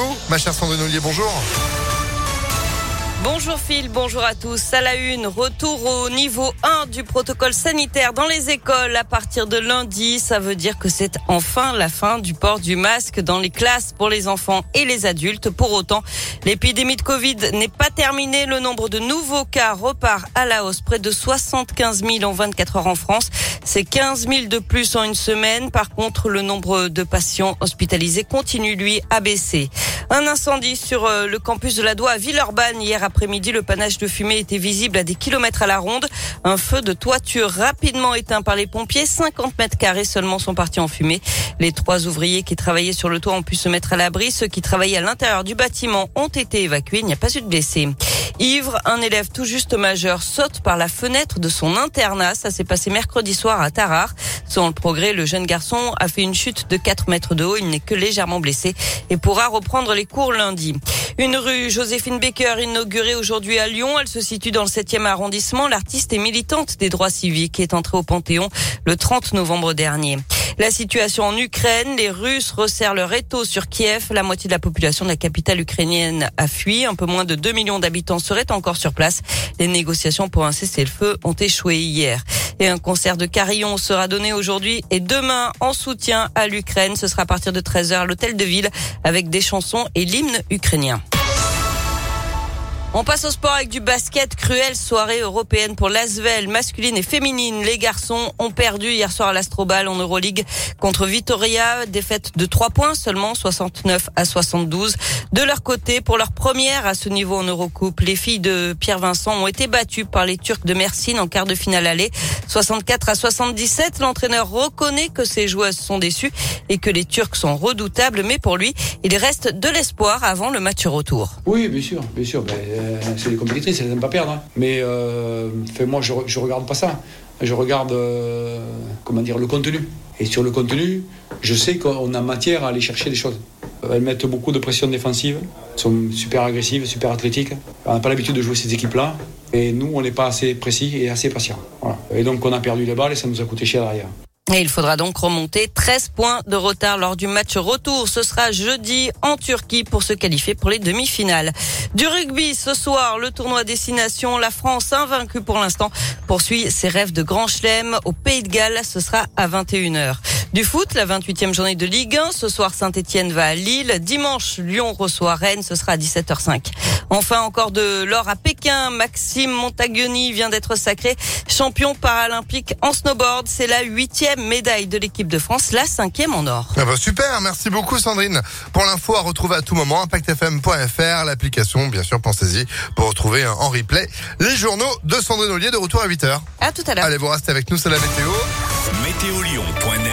nous, ma chère Sandrine Ollier, bonjour. Bonjour Phil, bonjour à tous. À la une, retour au niveau 1 du protocole sanitaire dans les écoles à partir de lundi. Ça veut dire que c'est enfin la fin du port du masque dans les classes pour les enfants et les adultes. Pour autant, l'épidémie de Covid n'est pas terminée. Le nombre de nouveaux cas repart à la hausse. Près de 75 000 en 24 heures en France. C'est 15 000 de plus en une semaine. Par contre, le nombre de patients hospitalisés continue, lui, à baisser. Un incendie sur le campus de la Doua à Villeurbanne hier après-midi. Le panache de fumée était visible à des kilomètres à la ronde. Un feu de toiture rapidement éteint par les pompiers. 50 mètres carrés seulement sont partis en fumée. Les 3 ouvriers qui travaillaient sur le toit ont pu se mettre à l'abri. Ceux qui travaillaient à l'intérieur du bâtiment ont été évacués. Il n'y a pas eu de blessés. Ivre, un élève tout juste majeur, saute par la fenêtre de son internat. Ça s'est passé mercredi soir à Tarare. Selon le Progrès, le jeune garçon a fait une chute de 4 mètres de haut. Il n'est que légèrement blessé et pourra reprendre les cours lundi. Une rue Joséphine Baker inaugurée aujourd'hui à Lyon. Elle se situe dans le 7e arrondissement. L'artiste et militante des droits civiques est entrée au Panthéon le 30 novembre dernier. La situation en Ukraine, les Russes resserrent leur étau sur Kiev. La moitié de la population de la capitale ukrainienne a fui. Un peu moins de 2 millions d'habitants seraient encore sur place. Les négociations pour un cessez-le-feu ont échoué hier. Et un concert de carillon sera donné aujourd'hui et demain en soutien à l'Ukraine. Ce sera à partir de 13h à l'hôtel de ville avec des chansons et l'hymne ukrainien. On passe au sport avec du basket. Cruelle soirée européenne pour l'Asvel, masculine et féminine. Les garçons ont perdu hier soir à l'Astrobal en Euroleague contre Vitoria. Défaite de 3 points seulement, 69-72. De leur côté, pour leur première à ce niveau en Eurocoupe, les filles de Pierre Vincent ont été battues par les Turcs de Mersin en quart de finale aller. 64-77. L'entraîneur reconnaît que ses joueuses sont déçues et que les Turcs sont redoutables. Mais pour lui, il reste de l'espoir avant le match retour. Oui, bien sûr. C'est des compétitrices, elles n'aiment pas perdre. Hein. Mais moi, je regarde pas ça. Je regarde, le contenu. Et sur le contenu, je sais qu'on a matière à aller chercher des choses. Elles mettent beaucoup de pression défensive, elles sont super agressives, super athlétiques. On n'a pas l'habitude de jouer ces équipes-là. Et nous, on n'est pas assez précis et assez patients. Voilà. Et donc, on a perdu les balles et ça nous a coûté cher derrière. Et il faudra donc remonter 13 points de retard lors du match retour. Ce sera jeudi en Turquie pour se qualifier pour les demi-finales. Du rugby ce soir, le tournoi destination. La France, invaincue pour l'instant, poursuit ses rêves de grand chelem au Pays de Galles. Ce sera à 21h. Du foot, la 28e journée de Ligue 1. Ce soir, Saint-Etienne va à Lille. Dimanche, Lyon reçoit Rennes. Ce sera à 17h05. Enfin, encore de l'or à Pékin. Maxime Montaglioni vient d'être sacré champion paralympique en snowboard. C'est la 8e médaille de l'équipe de France, la 5e en or. Ah bah super, merci beaucoup Sandrine. Pour l'info à retrouver à tout moment, impactfm.fr, l'application, bien sûr, pensez-y, pour retrouver en replay les journaux de Sandrine Ollier de retour à 8h. À tout à l'heure. Allez, vous restez avec nous, c'est la météo. Météolion.net